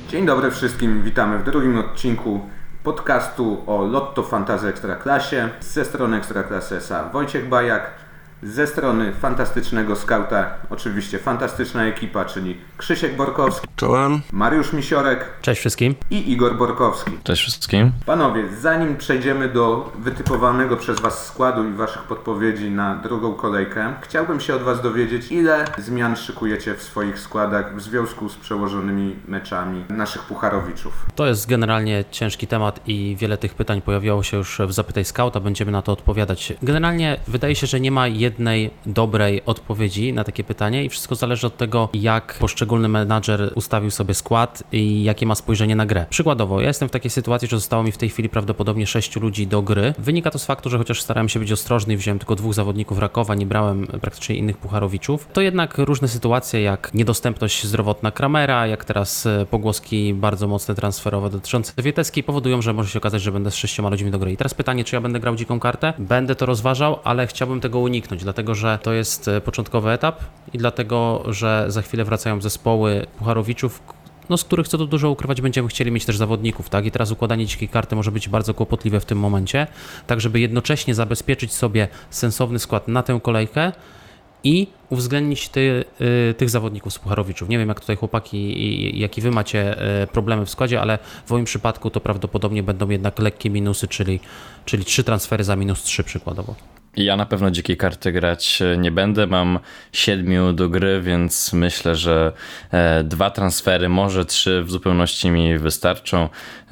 Dzień dobry wszystkim, witamy w drugim odcinku podcastu o Lotto Fantasy Ekstraklasie. Ze strony Ekstraklasy S.A. Wojciech Bajak, ze strony fantastycznego skauta, oczywiście fantastyczna ekipa, czyli Krzysiek Borkowski. Czołem. Mariusz Misiorek. Cześć wszystkim. I Igor Borkowski. Cześć wszystkim. Panowie, zanim przejdziemy do wytypowanego przez Was składu i Waszych podpowiedzi na drugą kolejkę, chciałbym się od Was dowiedzieć, ile zmian szykujecie w swoich składach w związku z przełożonymi meczami naszych pucharowiczów. To jest generalnie ciężki temat i wiele tych pytań pojawiało się już w Zapytaj Skauta, będziemy na to odpowiadać. Generalnie wydaje się, że nie ma jednej dobrej odpowiedzi na takie pytanie i wszystko zależy od tego, jak poszczególny menadżer ustawił sobie skład i jakie ma spojrzenie na grę. Przykładowo, ja jestem w takiej sytuacji, że zostało mi w tej chwili prawdopodobnie 6 ludzi do gry. Wynika to z faktu, że chociaż starałem się być ostrożny i wziąłem tylko 2 zawodników Rakowa, nie brałem praktycznie innych pucharowiczów, to jednak różne sytuacje jak niedostępność zdrowotna Kramera, jak teraz pogłoski bardzo mocne transferowe dotyczące Wieteskiej powodują, że może się okazać, że będę z 6 ludźmi do gry. I teraz pytanie, czy ja będę grał dziką kartę? Będę to rozważał, ale chciałbym tego uniknąć, dlatego że to jest początkowy etap i dlatego, że za chwilę wracają zespoły pucharowiczów, z których, co tu dużo ukrywać, będziemy chcieli mieć też zawodników, tak? I teraz układanie dzikiej karty może być bardzo kłopotliwe w tym momencie, tak żeby jednocześnie zabezpieczyć sobie sensowny skład na tę kolejkę i uwzględnić tych zawodników z pucharowiczów. Nie wiem, jak tutaj chłopaki, jaki wy macie problemy w składzie, ale w moim przypadku to prawdopodobnie będą jednak lekkie minusy, czyli 3 transfery za -3 przykładowo. Ja na pewno dzikiej karty grać nie będę, mam 7 do gry, więc myślę, że 2 transfery, może 3 w zupełności mi wystarczą.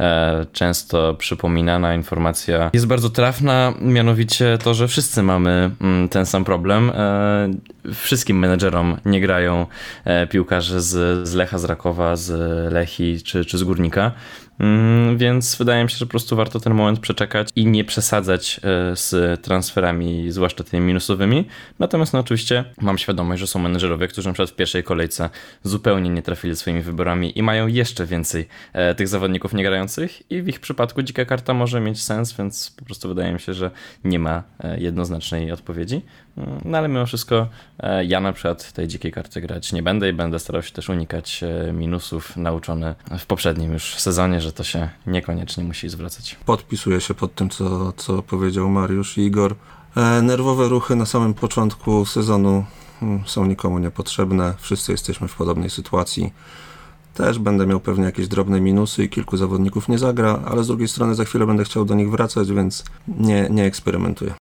Często przypominana informacja jest bardzo trafna, mianowicie to, że wszyscy mamy ten sam problem. Wszystkim menedżerom nie grają piłkarze z Lecha, z Rakowa, z Lechii czy z Górnika. Więc wydaje mi się, że po prostu warto ten moment przeczekać i nie przesadzać z transferami, zwłaszcza tymi minusowymi. Natomiast oczywiście mam świadomość, że są menedżerowie, którzy na przykład w pierwszej kolejce zupełnie nie trafili swoimi wyborami i mają jeszcze więcej tych zawodników niegrających i w ich przypadku dzika karta może mieć sens, więc po prostu wydaje mi się, że nie ma jednoznacznej odpowiedzi. No ale mimo wszystko ja na przykład tej dzikiej karty grać nie będę i będę starał się też unikać minusów, nauczony w poprzednim już sezonie, że to się niekoniecznie musi zwracać. Podpisuję się pod tym, co powiedział Mariusz i Igor. Nerwowe ruchy na samym początku sezonu są nikomu niepotrzebne. Wszyscy jesteśmy w podobnej sytuacji. Też będę miał pewnie jakieś drobne minusy i kilku zawodników nie zagra, ale z drugiej strony za chwilę będę chciał do nich wracać, więc nie eksperymentuję.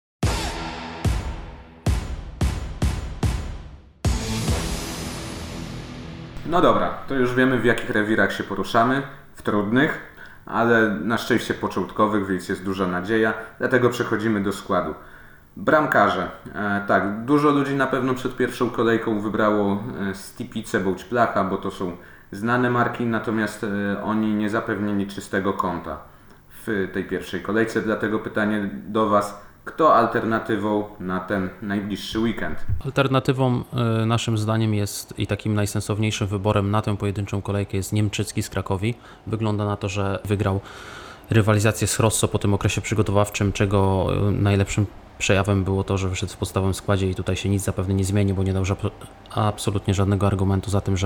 No dobra, to już wiemy, w jakich rewirach się poruszamy, w trudnych, ale na szczęście początkowych, więc jest duża nadzieja, dlatego przechodzimy do składu. Bramkarze. Tak, dużo ludzi na pewno przed pierwszą kolejką wybrało Stipicę bądź Placha, bo to są znane marki, natomiast oni nie zapewnili czystego konta w tej pierwszej kolejce, dlatego pytanie do Was: kto alternatywą na ten najbliższy weekend? Alternatywą naszym zdaniem jest i takim najsensowniejszym wyborem na tę pojedynczą kolejkę jest Niemczycki z Krakowi. Wygląda na to, że wygrał rywalizację z Rosso po tym okresie przygotowawczym, czego najlepszym przejawem było to, że wyszedł w podstawowym składzie i tutaj się nic zapewne nie zmieni, bo nie dał absolutnie żadnego argumentu za tym,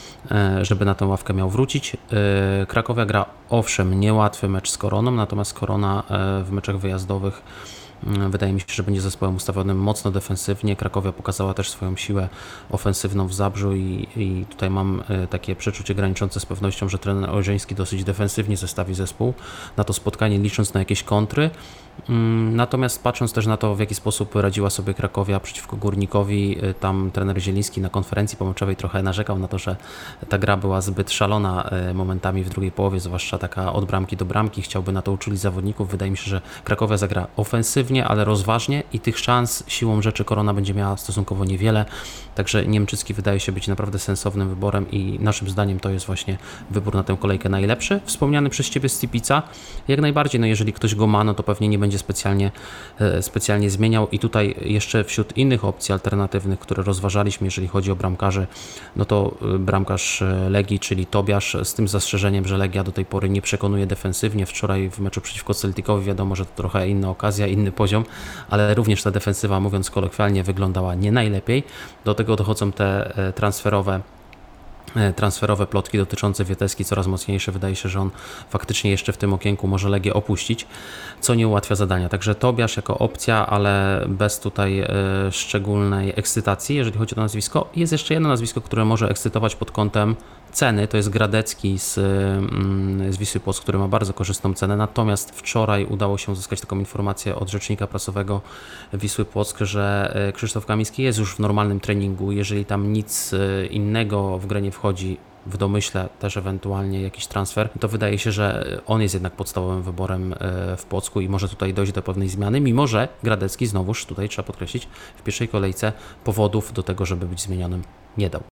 żeby na tę ławkę miał wrócić. Krakowia gra owszem niełatwy mecz z Koroną, natomiast Korona w meczach wyjazdowych wydaje mi się, że będzie zespołem ustawionym mocno defensywnie. Krakowia pokazała też swoją siłę ofensywną w Zabrzu i tutaj mam takie przeczucie graniczące z pewnością, że trener Olżeński dosyć defensywnie zestawi zespół na to spotkanie, licząc na jakieś kontry. Natomiast patrząc też na to, w jaki sposób radziła sobie Krakowia przeciwko Górnikowi, tam trener Zieliński na konferencji pomeczowej trochę narzekał na to, że ta gra była zbyt szalona momentami w drugiej połowie, zwłaszcza taka od bramki do bramki. Chciałby na to uczulić zawodników. Wydaje mi się, że Krakowia zagra ofensywnie, ale rozważnie i tych szans siłą rzeczy Korona będzie miała stosunkowo niewiele. Także Niemczycki wydaje się być naprawdę sensownym wyborem i naszym zdaniem to jest właśnie wybór na tę kolejkę najlepszy. Wspomniany przez Ciebie Stipica, jak najbardziej, jeżeli ktoś go ma, to pewnie nie będzie specjalnie zmieniał i tutaj jeszcze wśród innych opcji alternatywnych, które rozważaliśmy, jeżeli chodzi o bramkarzy, to bramkarz Legii, czyli Tobiasz, z tym zastrzeżeniem, że Legia do tej pory nie przekonuje defensywnie. Wczoraj w meczu przeciwko Celticowi wiadomo, że to trochę inna okazja, inny poziom, ale również ta defensywa, mówiąc kolokwialnie, wyglądała nie najlepiej. Do tego dochodzą te transferowe transferowe plotki dotyczące Wieteski coraz mocniejsze. Wydaje się, że on faktycznie jeszcze w tym okienku może Legię opuścić, co nie ułatwia zadania. Także Tobiasz jako opcja, ale bez tutaj szczególnej ekscytacji, jeżeli chodzi o to nazwisko. Jest jeszcze jedno nazwisko, które może ekscytować pod kątem ceny, to jest Gradecki z Wisły Płock, który ma bardzo korzystną cenę, natomiast wczoraj udało się uzyskać taką informację od rzecznika prasowego Wisły Płock, że Krzysztof Kamiński jest już w normalnym treningu, jeżeli tam nic innego w grę nie wchodzi, w domyśle też ewentualnie jakiś transfer, to wydaje się, że on jest jednak podstawowym wyborem w Płocku i może tutaj dojść do pewnej zmiany, mimo że Gradecki znowuż tutaj trzeba podkreślić, w pierwszej kolejce powodów do tego, żeby być zmienionym nie dał.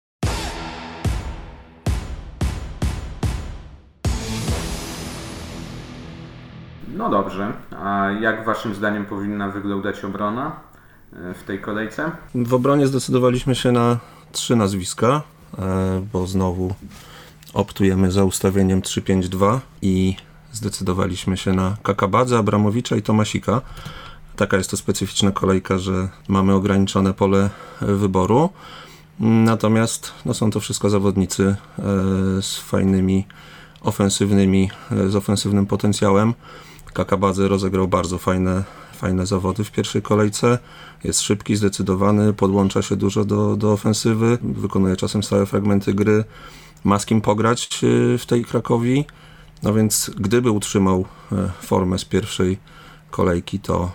No dobrze, a jak waszym zdaniem powinna wyglądać obrona w tej kolejce? W obronie zdecydowaliśmy się na 3 nazwiska, bo znowu optujemy za ustawieniem 3-5-2 i zdecydowaliśmy się na Kakabadzę, Abramowicza i Tomasika. Taka jest to specyficzna kolejka, że mamy ograniczone pole wyboru. Natomiast są to wszystko zawodnicy z fajnymi, z ofensywnym potencjałem. Kakabadze rozegrał bardzo fajne zawody w pierwszej kolejce. Jest szybki, zdecydowany, podłącza się dużo do ofensywy, wykonuje czasem stałe fragmenty gry. Ma z kim pograć w tej Krakowi. No więc gdyby utrzymał formę z pierwszej kolejki, to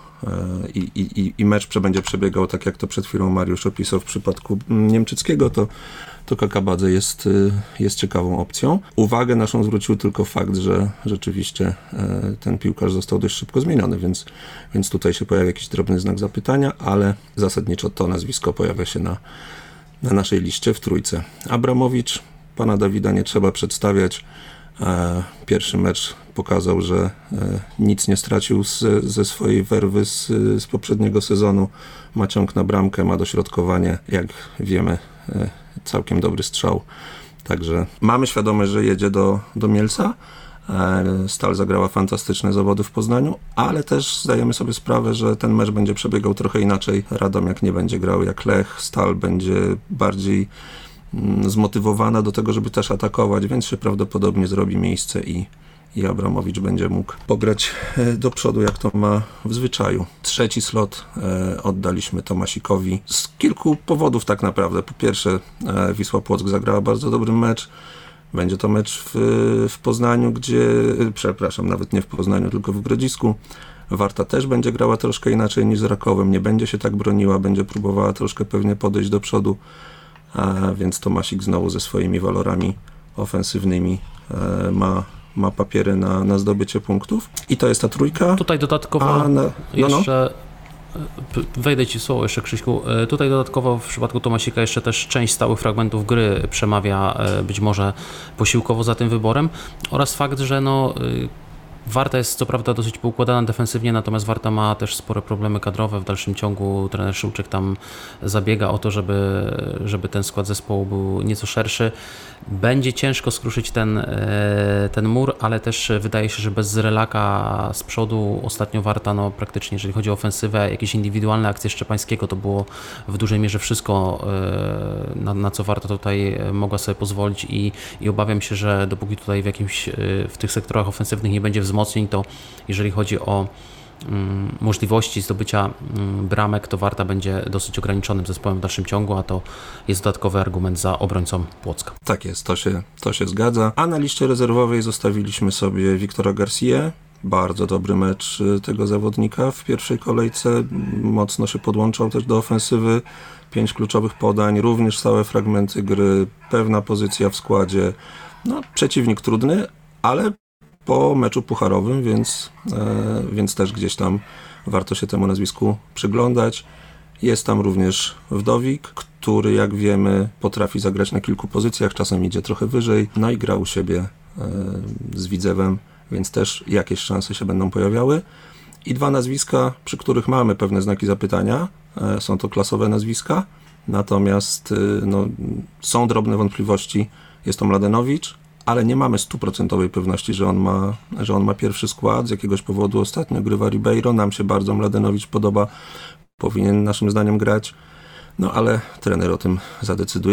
i mecz będzie przebiegał tak, jak to przed chwilą Mariusz opisał w przypadku Niemczyckiego, to Kakabadze jest ciekawą opcją. Uwagę naszą zwrócił tylko fakt, że rzeczywiście ten piłkarz został dość szybko zmieniony, więc tutaj się pojawia jakiś drobny znak zapytania, ale zasadniczo to nazwisko pojawia się na naszej liście w trójce. Abramowicz, pana Dawida nie trzeba przedstawiać. Pierwszy mecz pokazał, że nic nie stracił ze swojej werwy z poprzedniego sezonu. Ma ciąg na bramkę, ma dośrodkowanie, jak wiemy, całkiem dobry strzał. Także mamy świadomość, że jedzie do Mielca. Stal zagrała fantastyczne zawody w Poznaniu, ale też zdajemy sobie sprawę, że ten mecz będzie przebiegał trochę inaczej. Radomiak nie będzie grał jak Lech, Stal będzie bardziej zmotywowana do tego, żeby też atakować, więc się prawdopodobnie zrobi miejsce i Abramowicz będzie mógł pograć do przodu, jak to ma w zwyczaju. Trzeci slot oddaliśmy Tomasikowi z kilku powodów tak naprawdę. Po pierwsze, Wisła Płock zagrała bardzo dobry mecz. Będzie to mecz w Poznaniu, nawet nie w Poznaniu, tylko w Grodzisku. Warta też będzie grała troszkę inaczej niż z Rakowem, nie będzie się tak broniła, będzie próbowała troszkę pewnie podejść do przodu, więc Tomasik znowu ze swoimi walorami ofensywnymi ma papiery na zdobycie punktów. I to jest ta trójka. Tutaj dodatkowo jeszcze wejdę ci słowo jeszcze, Krzyśku. Tutaj dodatkowo w przypadku Tomasika jeszcze też część stałych fragmentów gry przemawia być może posiłkowo za tym wyborem oraz fakt, że Warta jest co prawda dosyć poukładana defensywnie, natomiast Warta ma też spore problemy kadrowe. W dalszym ciągu trener Szymczyk tam zabiega o to, żeby ten skład zespołu był nieco szerszy. Będzie ciężko skruszyć ten mur, ale też wydaje się, że bez Zrelaka z przodu ostatnio Warta praktycznie, jeżeli chodzi o ofensywę, jakieś indywidualne akcje Szczepańskiego, to było w dużej mierze wszystko, na co Warta tutaj mogła sobie pozwolić i obawiam się, że dopóki tutaj w tych sektorach ofensywnych nie będzie wzmocnień, to jeżeli chodzi o możliwości zdobycia bramek, to Warta będzie dosyć ograniczonym zespołem w dalszym ciągu, a to jest dodatkowy argument za obrońcą Płocka. Tak jest, to się zgadza. A na liście rezerwowej zostawiliśmy sobie Wiktora García. Bardzo dobry mecz tego zawodnika w pierwszej kolejce. Mocno się podłączał też do ofensywy. 5 kluczowych podań, również stałe fragmenty gry, pewna pozycja w składzie. Przeciwnik trudny, ale po meczu pucharowym, więc też gdzieś tam warto się temu nazwisku przyglądać. Jest tam również Wdowik, który, jak wiemy, potrafi zagrać na kilku pozycjach, czasem idzie trochę wyżej, i gra u siebie z Widzewem, więc też jakieś szanse się będą pojawiały. I 2 nazwiska, przy których mamy pewne znaki zapytania, są to klasowe nazwiska, natomiast są drobne wątpliwości. Jest to Mladenowicz, ale nie mamy 100% pewności, że on ma pierwszy skład. Z jakiegoś powodu ostatnio grywa Ribeiro. Nam się bardzo Mladenowicz podoba. Powinien naszym zdaniem grać. Ale trener o tym zadecyduje.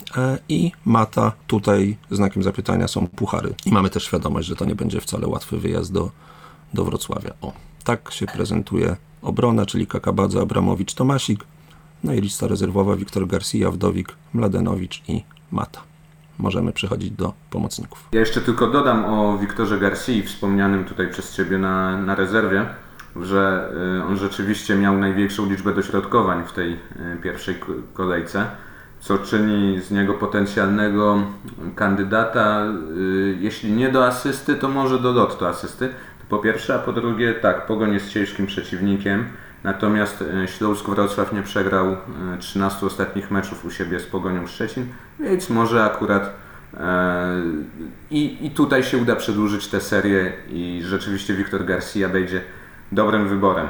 i Mata. Tutaj znakiem zapytania są puchary. I mamy też świadomość, że to nie będzie wcale łatwy wyjazd do Wrocławia. Tak się prezentuje obrona, czyli Kakabadze, Abramowicz, Tomasik. No i lista rezerwowa: Wiktor Garcia, Wdowik, Mladenowicz i Mata. Możemy przechodzić do pomocników. Ja jeszcze tylko dodam o Wiktorze Garcii, wspomnianym tutaj przez Ciebie na rezerwie, że on rzeczywiście miał największą liczbę dośrodkowań w tej pierwszej kolejce, co czyni z niego potencjalnego kandydata, jeśli nie do asysty, to może do lotu asysty. To po pierwsze, a po drugie, tak, Pogoń jest ciężkim przeciwnikiem, natomiast Śląsk Wrocław nie przegrał 13 ostatnich meczów u siebie z Pogonią Szczecin, więc może akurat i tutaj się uda przedłużyć tę serię i rzeczywiście Wiktor Garcia będzie dobrym wyborem.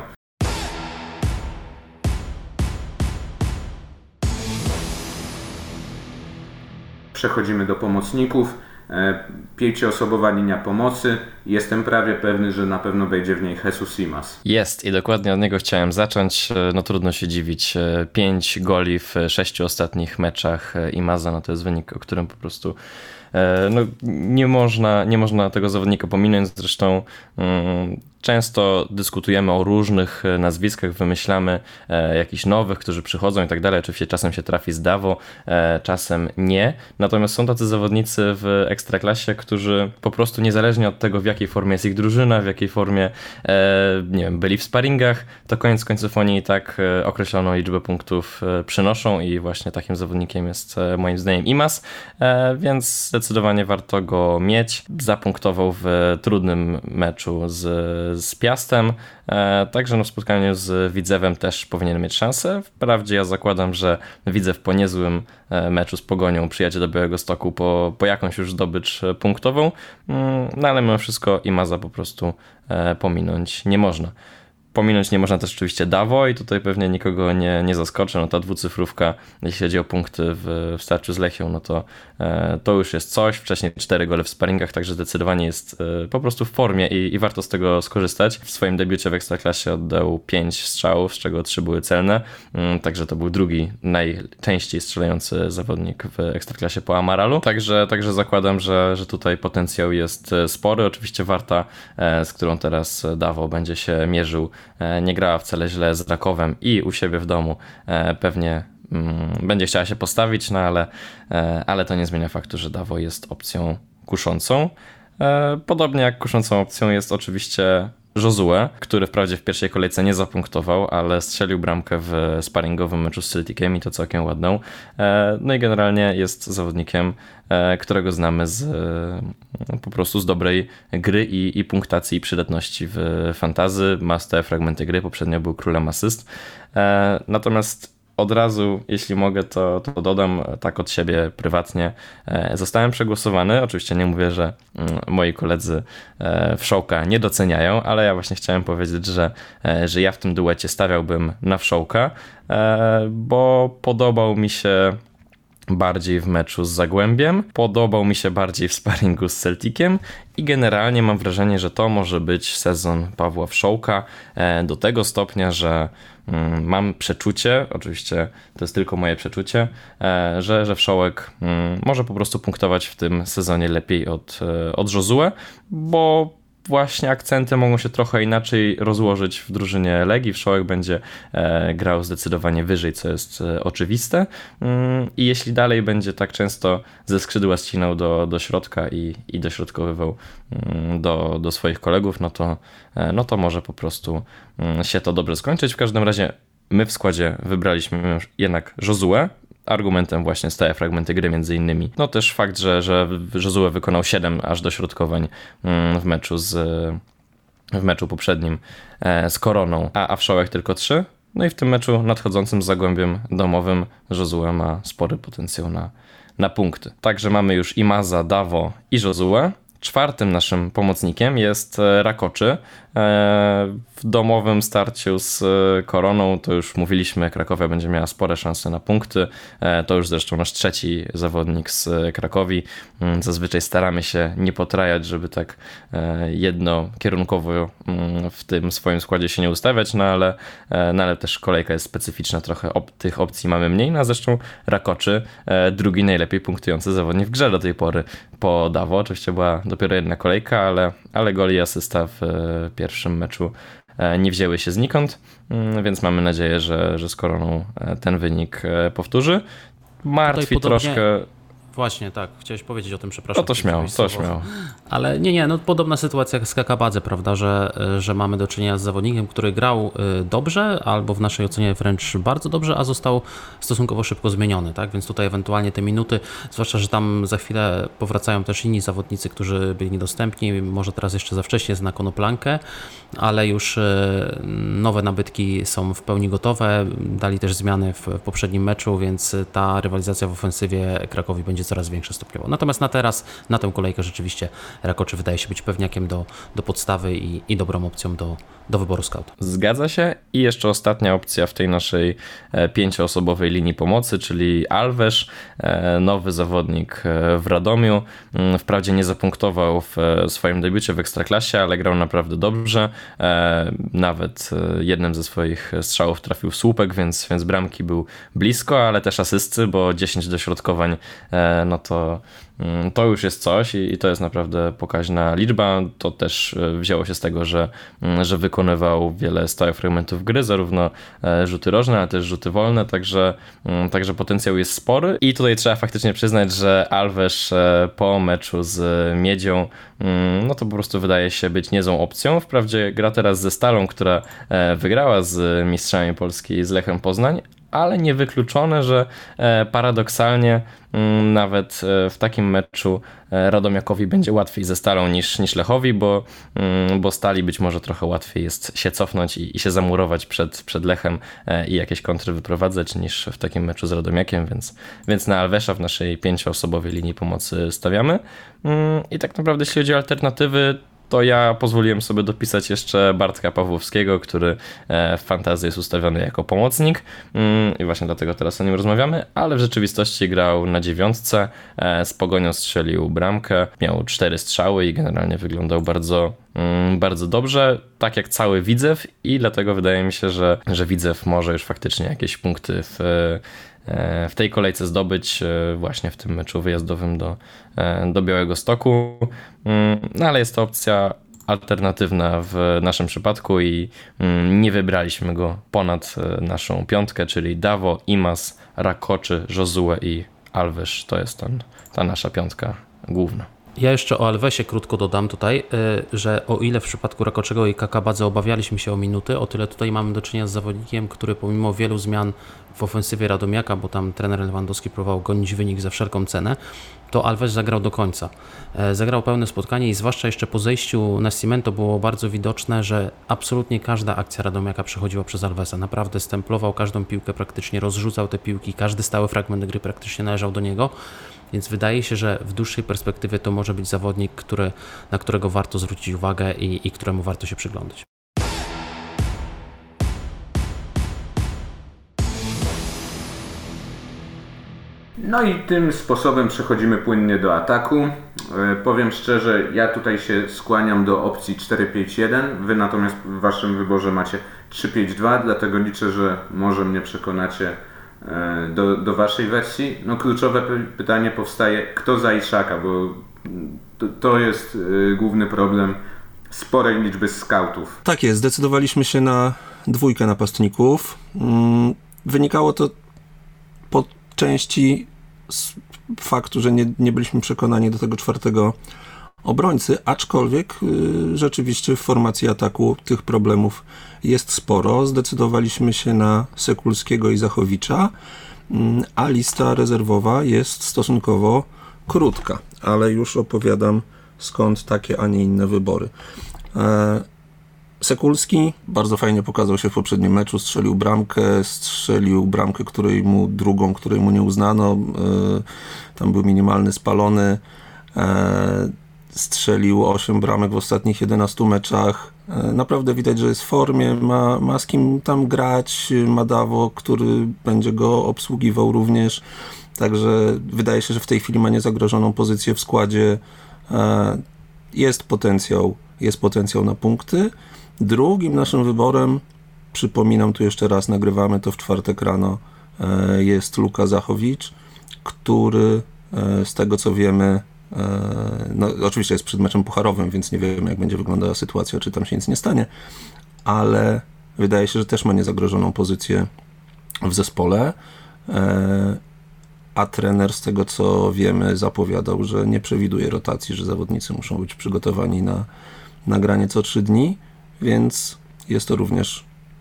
Przechodzimy do pomocników. 5-osobowa linia pomocy. Jestem prawie pewny, że na pewno będzie w niej Jesus Imas. Jest i dokładnie od niego chciałem zacząć. No trudno się dziwić. 5 goli w 6 ostatnich meczach Imaza, no to jest wynik, o którym po prostu no, nie można tego zawodnika pominąć. Zresztą często dyskutujemy o różnych nazwiskach, wymyślamy jakichś nowych, którzy przychodzą i tak dalej. Oczywiście czasem się trafi Zdawo, czasem nie. Natomiast są tacy zawodnicy w Ekstraklasie, którzy po prostu niezależnie od tego, w jakiej formie jest ich drużyna, w jakiej formie nie wiem, byli w sparingach, to koniec końców oni i tak określoną liczbę punktów przynoszą i właśnie takim zawodnikiem jest moim zdaniem Imas, więc zdecydowanie warto go mieć. Zapunktował w trudnym meczu z Piastem, także no w spotkaniu z Widzewem też powinien mieć szansę. Wprawdzie ja zakładam, że Widzew po niezłym meczu z Pogonią przyjadzie do Białegostoku po jakąś już zdobycz punktową, no ale mimo wszystko Imaza po prostu pominąć nie można. Pominąć nie można też oczywiście Dawo i tutaj pewnie nikogo nie zaskoczę. No ta dwucyfrówka, jeśli chodzi o punkty w starciu z Lechią, no to już jest coś. Wcześniej 4 gole w sparingach, także zdecydowanie jest po prostu w formie i warto z tego skorzystać. W swoim debiucie w Ekstraklasie oddał 5 strzałów, z czego 3 były celne, także to był drugi najczęściej strzelający zawodnik w Ekstraklasie po Amaralu. Także zakładam, że tutaj potencjał jest spory. Oczywiście Warta, z którą teraz Dawo będzie się mierzył, nie grała wcale źle z Rakowem i u siebie w domu pewnie będzie chciała się postawić, no ale to nie zmienia faktu, że Dawo jest opcją kuszącą. Podobnie jak kuszącą opcją jest oczywiście Josue, który wprawdzie w pierwszej kolejce nie zapunktował, ale strzelił bramkę w sparingowym meczu z Celticiem i to całkiem ładną. No i generalnie jest zawodnikiem, którego znamy po prostu z dobrej gry i punktacji i przydatności w fantasy. Ma stałe fragmenty gry, poprzednio był królem asyst. Natomiast od razu, jeśli mogę, to dodam tak od siebie prywatnie. Zostałem przegłosowany. Oczywiście nie mówię, że moi koledzy Wszołka nie doceniają, ale ja właśnie chciałem powiedzieć, że ja w tym duecie stawiałbym na Wszołka, bo podobał mi się bardziej w meczu z Zagłębiem, podobał mi się bardziej w sparingu z Celticiem i generalnie mam wrażenie, że to może być sezon Pawła Wszołka do tego stopnia, że mam przeczucie, oczywiście to jest tylko moje przeczucie, że Wszołek może po prostu punktować w tym sezonie lepiej od Josue, bo właśnie akcenty mogą się trochę inaczej rozłożyć w drużynie Legii. Wszołek będzie grał zdecydowanie wyżej, co jest oczywiste. I jeśli dalej będzie tak często ze skrzydła ścinał do środka i dośrodkowywał do swoich kolegów, no to może po prostu się to dobrze skończyć. W każdym razie my w składzie wybraliśmy jednak Josue. Argumentem właśnie stałe fragmenty gry między innymi. No też fakt, że Josue wykonał 7 aż dośrodkowań w meczu poprzednim z Koroną, a Wszołek tylko 3. No i w tym meczu nadchodzącym z Zagłębiem domowym Josue ma spory potencjał na punkty. Także mamy już Imaza, Dawo i Josue. Czwartym naszym pomocnikiem jest Rakoczy. W domowym starciu z Koroną, to już mówiliśmy, Krakowia będzie miała spore szanse na punkty. To już zresztą nasz trzeci zawodnik z Krakowi. Zazwyczaj staramy się nie potrajać, żeby tak jednokierunkowo w tym swoim składzie się nie ustawiać, no ale też kolejka jest specyficzna, trochę tych opcji mamy mniej. No a zresztą Rakoczy, drugi najlepiej punktujący zawodnik w grze do tej pory po Davo. Oczywiście była dopiero jedna kolejka, ale gol i asysta w pierwszym meczu nie wzięły się znikąd, więc mamy nadzieję, że z Koroną ten wynik powtórzy. Martwi troszkę... Właśnie, tak. Chciałeś powiedzieć o tym, przepraszam. To śmiało. Ale nie, no podobna sytuacja jak z Kakabadze, prawda, że mamy do czynienia z zawodnikiem, który grał dobrze, albo w naszej ocenie wręcz bardzo dobrze, a został stosunkowo szybko zmieniony, tak, więc tutaj ewentualnie te minuty, zwłaszcza, że tam za chwilę powracają też inni zawodnicy, którzy byli niedostępni, może teraz jeszcze za wcześnie jest na Konoplankę, ale już nowe nabytki są w pełni gotowe, dali też zmiany w poprzednim meczu, więc ta rywalizacja w ofensywie Krakowi będzie coraz większa stopniowo. Natomiast na teraz, na tę kolejkę rzeczywiście Rakoczy wydaje się być pewniakiem do podstawy i dobrą opcją do wyboru skauta. Zgadza się. I jeszcze ostatnia opcja w tej naszej 5-osobowej linii pomocy, czyli Alves, nowy zawodnik w Radomiu. Wprawdzie nie zapunktował w swoim debiucie w Ekstraklasie, ale grał naprawdę dobrze. Nawet jednym ze swoich strzałów trafił w słupek, więc bramki był blisko, ale też asysty, bo 10 dośrodkowań, no to już jest coś i to jest naprawdę pokaźna liczba. To też wzięło się z tego, że wykonywał wiele stałych fragmentów gry, zarówno rzuty rożne, ale też rzuty wolne, także potencjał jest spory i tutaj trzeba faktycznie przyznać, że Alves po meczu z Miedzią, no to po prostu wydaje się być niezłą opcją. Wprawdzie gra teraz ze Stalą, która wygrała z mistrzami Polski z Lechem Poznań, ale niewykluczone, że paradoksalnie nawet w takim meczu Radomiakowi będzie łatwiej ze Stalą niż Lechowi, bo Stali być może trochę łatwiej jest się cofnąć i się zamurować przed Lechem i jakieś kontry wyprowadzać niż w takim meczu z Radomiakiem, więc na Alvesa w naszej 5-osobowej linii pomocy stawiamy. I tak naprawdę jeśli chodzi o alternatywy, to ja pozwoliłem sobie dopisać jeszcze Bartka Pawłowskiego, który w fantazji jest ustawiony jako pomocnik i właśnie dlatego teraz o nim rozmawiamy, ale w rzeczywistości grał na 9, z Pogonią strzelił bramkę, miał 4 strzały i generalnie wyglądał bardzo, bardzo dobrze, tak jak cały Widzew i dlatego wydaje mi się, że Widzew może już faktycznie jakieś punkty w tej kolejce zdobyć właśnie w tym meczu wyjazdowym do Białegostoku, no ale jest to opcja alternatywna w naszym przypadku i nie wybraliśmy go ponad naszą 5, czyli Davo, Imaz, Rakoczy, Josue i Alves. To jest ta nasza 5 główna. Ja jeszcze o Alvesie krótko dodam tutaj, że o ile w przypadku Rakoczego i Kakabadze obawialiśmy się o minuty, o tyle tutaj mamy do czynienia z zawodnikiem, który pomimo wielu zmian w ofensywie Radomiaka, bo tam trener Lewandowski próbował gonić wynik za wszelką cenę, to Alves zagrał do końca. Zagrał pełne spotkanie i zwłaszcza jeszcze po zejściu na Cimento było bardzo widoczne, że absolutnie każda akcja Radomiaka przechodziła przez Alvesa. Naprawdę stemplował każdą piłkę, praktycznie rozrzucał te piłki, każdy stały fragment gry praktycznie należał do niego. Więc wydaje się, że w dłuższej perspektywie to może być zawodnik, na którego warto zwrócić uwagę i któremu warto się przyglądać. No i tym sposobem przechodzimy płynnie do ataku. Powiem szczerze, ja tutaj się skłaniam do opcji 4-5-1. Wy natomiast w waszym wyborze macie 3-5-2, dlatego liczę, że może mnie przekonacie do waszej wersji. No kluczowe pytanie powstaje, kto za Iszaka, bo to jest główny problem sporej liczby skautów. Tak jest, zdecydowaliśmy się na 2 napastników. Wynikało to po części z faktu, że nie byliśmy przekonani do tego 4 obrońcy, aczkolwiek rzeczywiście w formacji ataku tych problemów jest sporo. Zdecydowaliśmy się na Sekulskiego i Zachowicza, a lista rezerwowa jest stosunkowo krótka, ale już opowiadam skąd takie, a nie inne wybory. Sekulski bardzo fajnie pokazał się w poprzednim meczu, strzelił bramkę, której mu nie uznano, tam był minimalny spalony. strzelił 8 bramek w ostatnich 11 meczach. Naprawdę widać, że jest w formie, ma z kim tam grać, ma Dawo, który będzie go obsługiwał również. Także wydaje się, że w tej chwili ma niezagrożoną pozycję w składzie. Jest potencjał na punkty. Drugim naszym wyborem, przypominam tu jeszcze raz, nagrywamy to w czwartek rano, jest Luka Zachowicz, który z tego co wiemy, no oczywiście jest przed meczem pucharowym, więc nie wiemy jak będzie wyglądała sytuacja, czy tam się nic nie stanie, ale wydaje się, że też ma niezagrożoną pozycję w zespole, a trener z tego co wiemy zapowiadał, że nie przewiduje rotacji, że zawodnicy muszą być przygotowani na granie co 3 dni, więc jest to również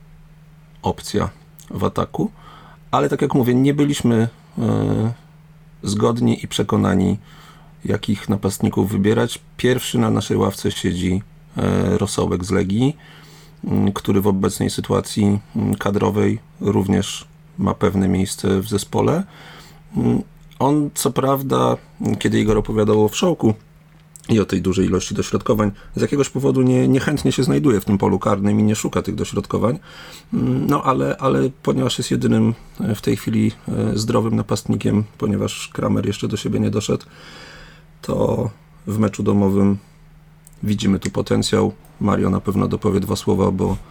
opcja w ataku, ale tak jak mówię, nie byliśmy zgodni i przekonani, jakich napastników wybierać. Pierwszy na naszej ławce siedzi Rosołek z Legii, który w obecnej sytuacji kadrowej również ma pewne miejsce w zespole. On co prawda, kiedy Igor opowiadał o wszołku i o tej dużej ilości dośrodkowań, z jakiegoś powodu niechętnie się znajduje w tym polu karnym i nie szuka tych dośrodkowań, no ale ponieważ jest jedynym w tej chwili zdrowym napastnikiem, ponieważ Kramer jeszcze do siebie nie doszedł, to w meczu domowym widzimy tu potencjał. Mario na pewno dopowie 2 słowa,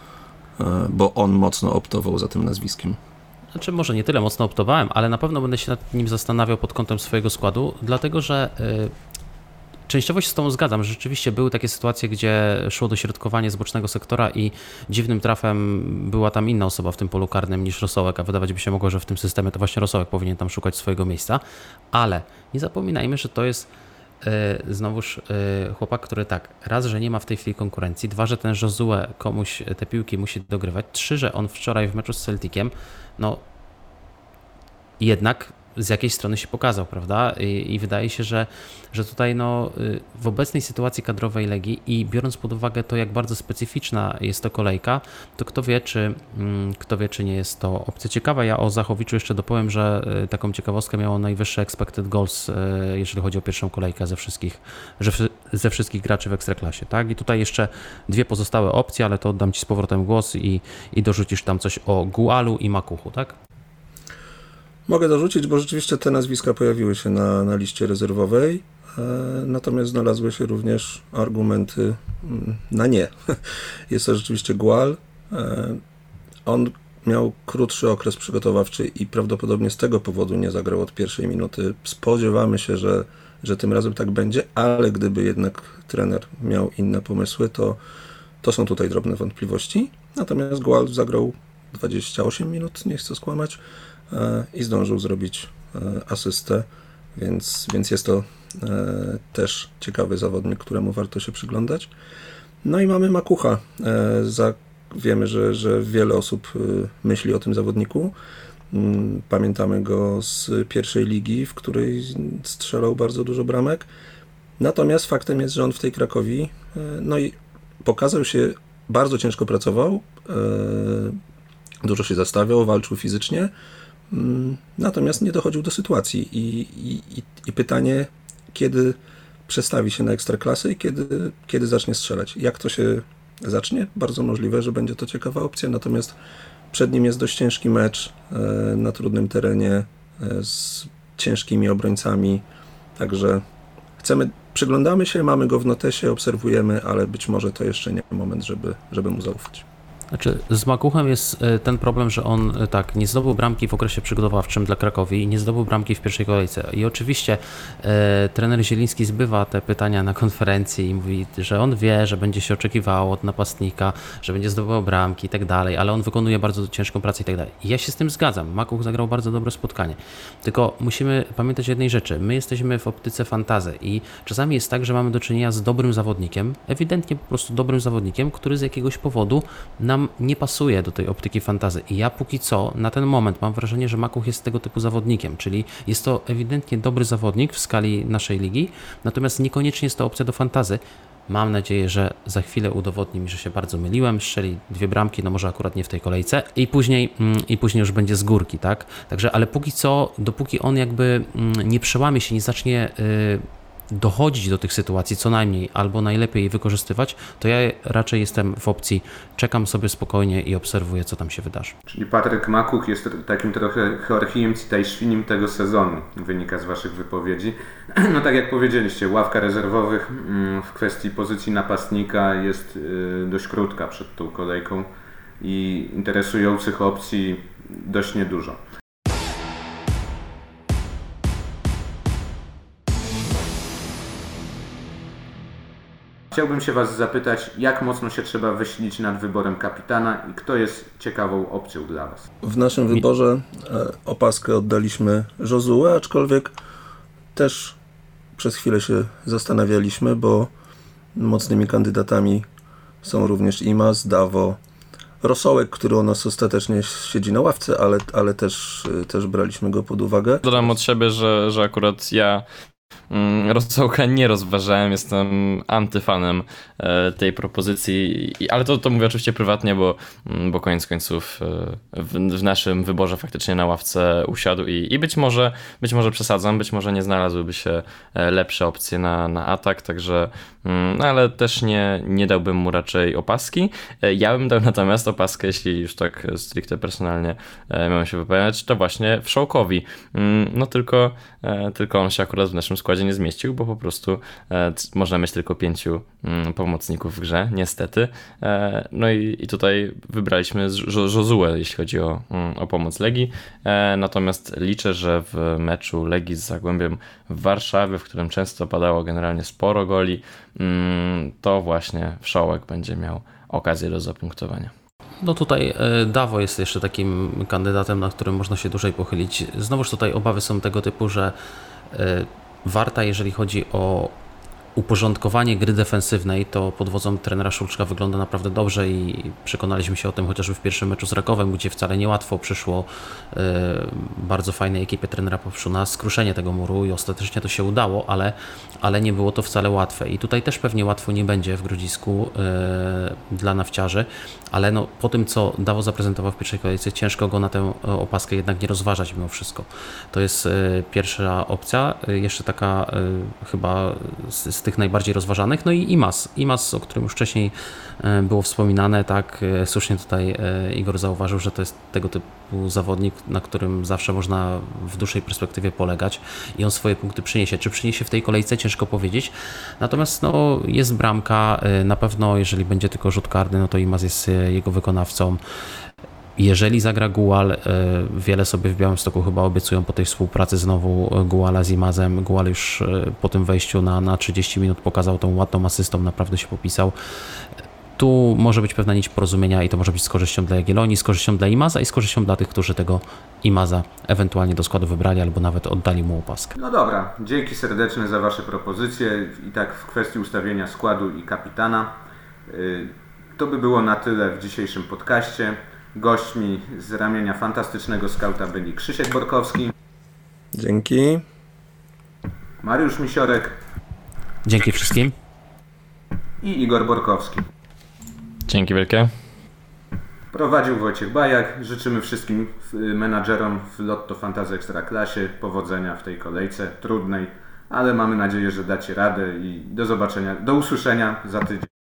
bo on mocno optował za tym nazwiskiem. Znaczy może nie tyle mocno optowałem, ale na pewno będę się nad nim zastanawiał pod kątem swojego składu, dlatego że częściowo się z tą zgadzam, że rzeczywiście były takie sytuacje, gdzie szło dośrodkowanie z bocznego sektora i dziwnym trafem była tam inna osoba w tym polu karnym niż Rosołek, a wydawać by się mogło, że w tym systemie to właśnie Rosołek powinien tam szukać swojego miejsca, ale nie zapominajmy, że to jest znowuż chłopak, który tak, raz, że nie ma w tej chwili konkurencji, 2, że ten Josue komuś te piłki musi dogrywać, 3, że on wczoraj w meczu z Celticiem, no jednak z jakiej strony się pokazał, prawda? I wydaje się, że tutaj no, w obecnej sytuacji kadrowej Legii i biorąc pod uwagę to, jak bardzo specyficzna jest to kolejka, to kto wie, czy nie jest to opcja ciekawa. Ja o Zachowiczu jeszcze dopowiem, że taką ciekawostkę miało najwyższe expected goals, jeżeli chodzi o pierwszą kolejkę ze wszystkich graczy w Ekstraklasie, tak? I tutaj jeszcze 2 pozostałe opcje, ale to oddam Ci z powrotem głos i dorzucisz tam coś o Gualu i Makuchu, tak? Mogę dorzucić, bo rzeczywiście te nazwiska pojawiły się na liście rezerwowej, natomiast znalazły się również argumenty na nie. Jest to rzeczywiście Gual. On miał krótszy okres przygotowawczy i prawdopodobnie z tego powodu nie zagrał od pierwszej minuty. Spodziewamy się, że tym razem tak będzie, ale gdyby jednak trener miał inne pomysły, to są tutaj drobne wątpliwości. Natomiast Gual zagrał 28 minut, nie chcę skłamać, i zdążył zrobić asystę, więc jest to też ciekawy zawodnik, któremu warto się przyglądać. No i mamy Makucha. Wiemy, że wiele osób myśli o tym zawodniku. Pamiętamy go z pierwszej ligi, w której strzelał bardzo dużo bramek. Natomiast faktem jest, że on w tej Krakowi no i pokazał się, bardzo ciężko pracował, dużo się zastawiał, walczył fizycznie, natomiast nie dochodził do sytuacji i pytanie, kiedy przestawi się na Ekstraklasę i kiedy zacznie strzelać. Jak to się zacznie? Bardzo możliwe, że będzie to ciekawa opcja, natomiast przed nim jest dość ciężki mecz na trudnym terenie z ciężkimi obrońcami, także przyglądamy się, mamy go w notesie, obserwujemy, ale być może to jeszcze nie moment, żeby mu zaufać. Znaczy, z Makuchem jest ten problem, że on tak nie zdobył bramki w okresie przygotowawczym dla Krakowi i nie zdobył bramki w pierwszej kolejce. I oczywiście trener Zieliński zbywa te pytania na konferencji i mówi, że on wie, że będzie się oczekiwało od napastnika, że będzie zdobywał bramki i tak dalej, ale on wykonuje bardzo ciężką pracę i tak dalej. I ja się z tym zgadzam. Makuch zagrał bardzo dobre spotkanie. Tylko musimy pamiętać o jednej rzeczy. My jesteśmy w optyce fantasy i czasami jest tak, że mamy do czynienia z dobrym zawodnikiem, ewidentnie po prostu dobrym zawodnikiem, który z jakiegoś powodu nam nie pasuje do tej optyki fantasy. I ja póki co, na ten moment mam wrażenie, że Makuch jest tego typu zawodnikiem, czyli jest to ewidentnie dobry zawodnik w skali naszej ligi, natomiast niekoniecznie jest to opcja do fantasy. Mam nadzieję, że za chwilę udowodni mi, że się bardzo myliłem, strzeli 2 bramki, no może akurat nie w tej kolejce i później już będzie z górki, tak? Także, ale póki co, dopóki on jakby nie przełamie się, nie zacznie dochodzić do tych sytuacji co najmniej, albo najlepiej je wykorzystywać, to ja raczej jestem w opcji czekam sobie spokojnie i obserwuję, co tam się wydarzy. Czyli Patryk Makuch jest takim trochę Jorgiem Citajszwinim tego sezonu, wynika z waszych wypowiedzi. No tak jak powiedzieliście, ławka rezerwowych w kwestii pozycji napastnika jest dość krótka przed tą kolejką i interesujących opcji dość niedużo. Chciałbym się was zapytać, jak mocno się trzeba wyślić nad wyborem kapitana i kto jest ciekawą opcją dla was? W naszym wyborze opaskę oddaliśmy Josué, aczkolwiek też przez chwilę się zastanawialiśmy, bo mocnymi kandydatami są również Imaz, Dawo, Rosołek, który u nas ostatecznie siedzi na ławce, ale też braliśmy go pod uwagę. Dodam od siebie, że akurat ja Rosołka nie rozważałem, jestem antyfanem tej propozycji, ale to mówię oczywiście prywatnie, bo koniec końców w naszym wyborze faktycznie na ławce usiadł i być może przesadzam, być może nie znalazłyby się lepsze opcje na atak, także ale też nie dałbym mu raczej opaski. Ja bym dał natomiast opaskę, jeśli już tak stricte personalnie miałem się wypowiadać, to właśnie Wszołkowi. No tylko on się akurat w naszym składzie nie zmieścił, bo po prostu można mieć tylko 5 pomocników w grze, niestety. No i tutaj wybraliśmy Josué, jeśli chodzi o pomoc Legii. Natomiast liczę, że w meczu Legii z Zagłębiem w Warszawie, w którym często padało generalnie sporo goli, to właśnie Wszołek będzie miał okazję do zapunktowania. No tutaj Dawo jest jeszcze takim kandydatem, na którym można się dłużej pochylić. Znowuż tutaj obawy są tego typu, że Warta, jeżeli chodzi o uporządkowanie gry defensywnej, to pod wodzą trenera Szulczka wygląda naprawdę dobrze i przekonaliśmy się o tym chociażby w pierwszym meczu z Rakowem, gdzie wcale niełatwo przyszło bardzo fajnej ekipie trenera Popszuna skruszenie tego muru i ostatecznie to się udało, ale nie było to wcale łatwe i tutaj też pewnie łatwo nie będzie w Grodzisku dla nawciarzy, ale no, po tym co Dawo zaprezentował w pierwszej kolejce, ciężko go na tę opaskę jednak nie rozważać mimo wszystko. To jest pierwsza opcja, jeszcze taka chyba z tych najbardziej rozważanych, no i Imaz, o którym już wcześniej było wspominane, tak, słusznie tutaj Igor zauważył, że to jest tego typu zawodnik, na którym zawsze można w dłuższej perspektywie polegać i on swoje punkty przyniesie. Czy przyniesie w tej kolejce? Ciężko powiedzieć. Natomiast no, jest bramka, na pewno jeżeli będzie tylko rzut karny, no to Imaz jest jego wykonawcą. Jeżeli zagra Gual, wiele sobie w Białymstoku chyba obiecują po tej współpracy znowu Guala z Imazem. Gual już po tym wejściu na 30 minut pokazał tą ładną asystą, naprawdę się popisał. Tu może być pewna nić porozumienia i to może być z korzyścią dla Jagiellonii, z korzyścią dla Imaza i z korzyścią dla tych, którzy tego Imaza ewentualnie do składu wybrali albo nawet oddali mu opaskę. No dobra, dzięki serdeczne za wasze propozycje i tak w kwestii ustawienia składu i kapitana. To by było na tyle w dzisiejszym podcaście. Gośćmi z ramienia fantastycznego skauta byli Krzysiek Borkowski. Dzięki. Mariusz Misiorek. Dzięki wszystkim. I Igor Borkowski. Dzięki wielkie. Prowadził Wojciech Bajak. Życzymy wszystkim menadżerom w Lotto Fantasy Ekstraklasie powodzenia w tej kolejce trudnej, ale mamy nadzieję, że dacie radę i do zobaczenia, do usłyszenia za tydzień.